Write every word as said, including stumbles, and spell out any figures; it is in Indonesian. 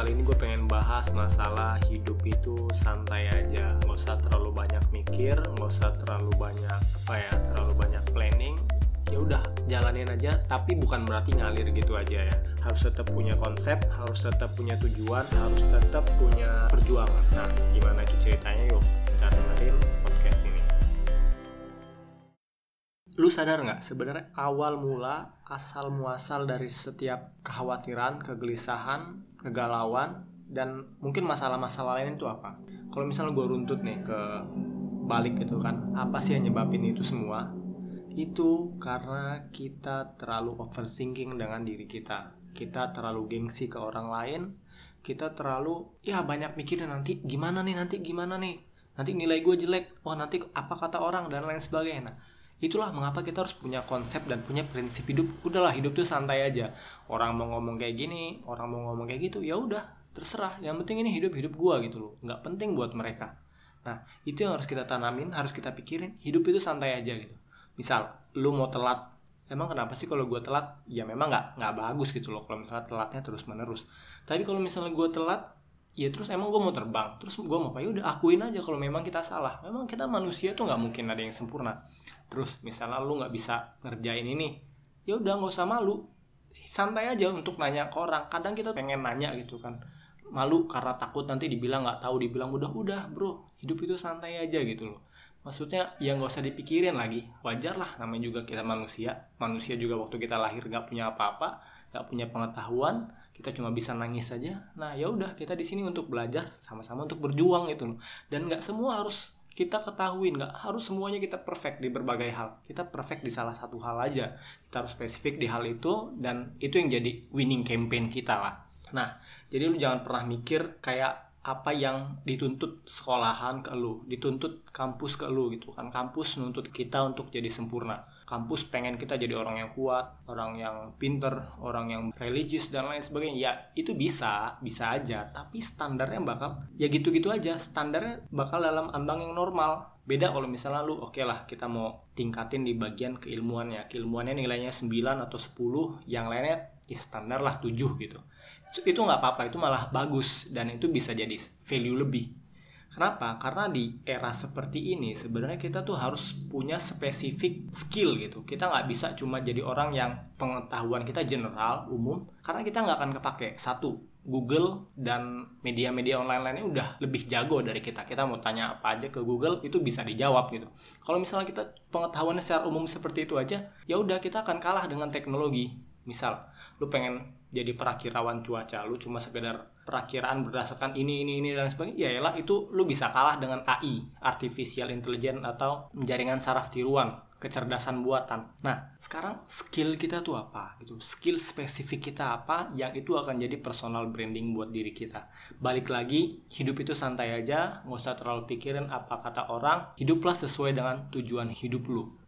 kali ini gue pengen bahas masalah hidup itu santai aja. Nggak usah terlalu banyak mikir, nggak usah terlalu banyak apa ya, terlalu banyak planning. Ya udah, jalanin aja, tapi bukan berarti ngalir gitu aja ya. Harus tetap punya konsep, harus tetap punya tujuan, harus tetap punya perjuangan. Nah, gimana itu ceritanya? Yuk, kita dengerin podcast ini. Lu sadar nggak sebenarnya awal mula asal muasal dari setiap kekhawatiran, kegelisahan, kegalauan, dan mungkin masalah-masalah lain itu apa? Kalau misalnya gue runtut nih ke balik gitu kan, apa sih yang nyebabin itu semua? Itu karena kita terlalu overthinking dengan diri kita. Kita terlalu gengsi ke orang lain. Kita terlalu ya banyak mikirin nanti gimana nih, nanti gimana nih. Nanti nilai gue jelek. Wah, nanti apa kata orang dan lain sebagainya. Nah, itulah mengapa kita harus punya konsep dan punya prinsip hidup. Udahlah, hidup tuh santai aja. Orang mau ngomong kayak gini, orang mau ngomong kayak gitu, ya udah, terserah. Yang penting ini hidup-hidup gua gitu loh. Nggak penting buat mereka. Nah, itu yang harus kita tanamin, harus kita pikirin. Hidup itu santai aja gitu. Misal, lu mau telat, emang kenapa sih kalau gue telat? Ya memang nggak nggak bagus gitu loh kalau misalnya telatnya terus menerus. Tapi kalau misalnya gue telat, ya terus emang gue mau terbang, terus gue mau apa? Ya udah, akuin aja kalau memang kita salah. Memang kita manusia tuh nggak mungkin ada yang sempurna. Terus misalnya lu nggak bisa ngerjain ini, ya udah nggak usah malu, santai aja untuk nanya ke orang. Kadang kita pengen nanya gitu kan, malu karena takut nanti dibilang nggak tahu, dibilang udah udah bro, hidup itu santai aja gitu loh. Maksudnya ya nggak usah dipikirin lagi, wajar lah, namanya juga kita manusia. Manusia juga waktu kita lahir nggak punya apa-apa, nggak punya pengetahuan, kita cuma bisa nangis saja. Nah ya udah, kita di sini untuk belajar, sama-sama untuk berjuang gitu loh. Dan nggak semua harus kita ketahuin, nggak harus semuanya kita perfect di berbagai hal. Kita perfect di salah satu hal aja, kita harus spesifik di hal itu, dan itu yang jadi winning campaign kita lah. Nah, jadi lu jangan pernah mikir kayak apa yang dituntut sekolahan ke lu, dituntut kampus ke lu gitu kan. Kampus nuntut kita untuk jadi sempurna. Kampus pengen kita jadi orang yang kuat, orang yang pinter, orang yang religius dan lain sebagainya. Ya itu bisa, bisa aja. Tapi standarnya bakal ya gitu-gitu aja. Standarnya bakal dalam ambang yang normal. Beda kalau misalnya lu oke okay lah, kita mau tingkatin di bagian keilmuannya. Keilmuannya nilainya sembilan atau sepuluh, yang lainnya ya standar lah tujuh gitu. Itu nggak apa-apa, itu malah bagus, dan itu bisa jadi value lebih. Kenapa? Karena di era seperti ini sebenarnya kita tuh harus punya spesifik skill gitu. Kita nggak bisa cuma jadi orang yang pengetahuan kita general, umum, karena kita nggak akan kepake. Satu, Google dan media-media online lainnya udah lebih jago dari kita. Kita mau tanya apa aja ke Google, itu bisa dijawab gitu. Kalau misalnya kita pengetahuannya secara umum seperti itu aja, ya udah, kita akan kalah dengan teknologi. Misal, lu pengen jadi perakirawan cuaca, lu cuma sekedar perakiraan berdasarkan ini, ini, ini, dan sebagainya, ya elah, itu lu bisa kalah dengan A I, Artificial Intelligence, atau jaringan saraf tiruan, kecerdasan buatan. Nah, sekarang skill kita tuh apa gitu, skill spesifik kita apa, yang itu akan jadi personal branding buat diri kita. Balik lagi, hidup itu santai aja, nggak usah terlalu pikirin apa kata orang, hiduplah sesuai dengan tujuan hidup lu.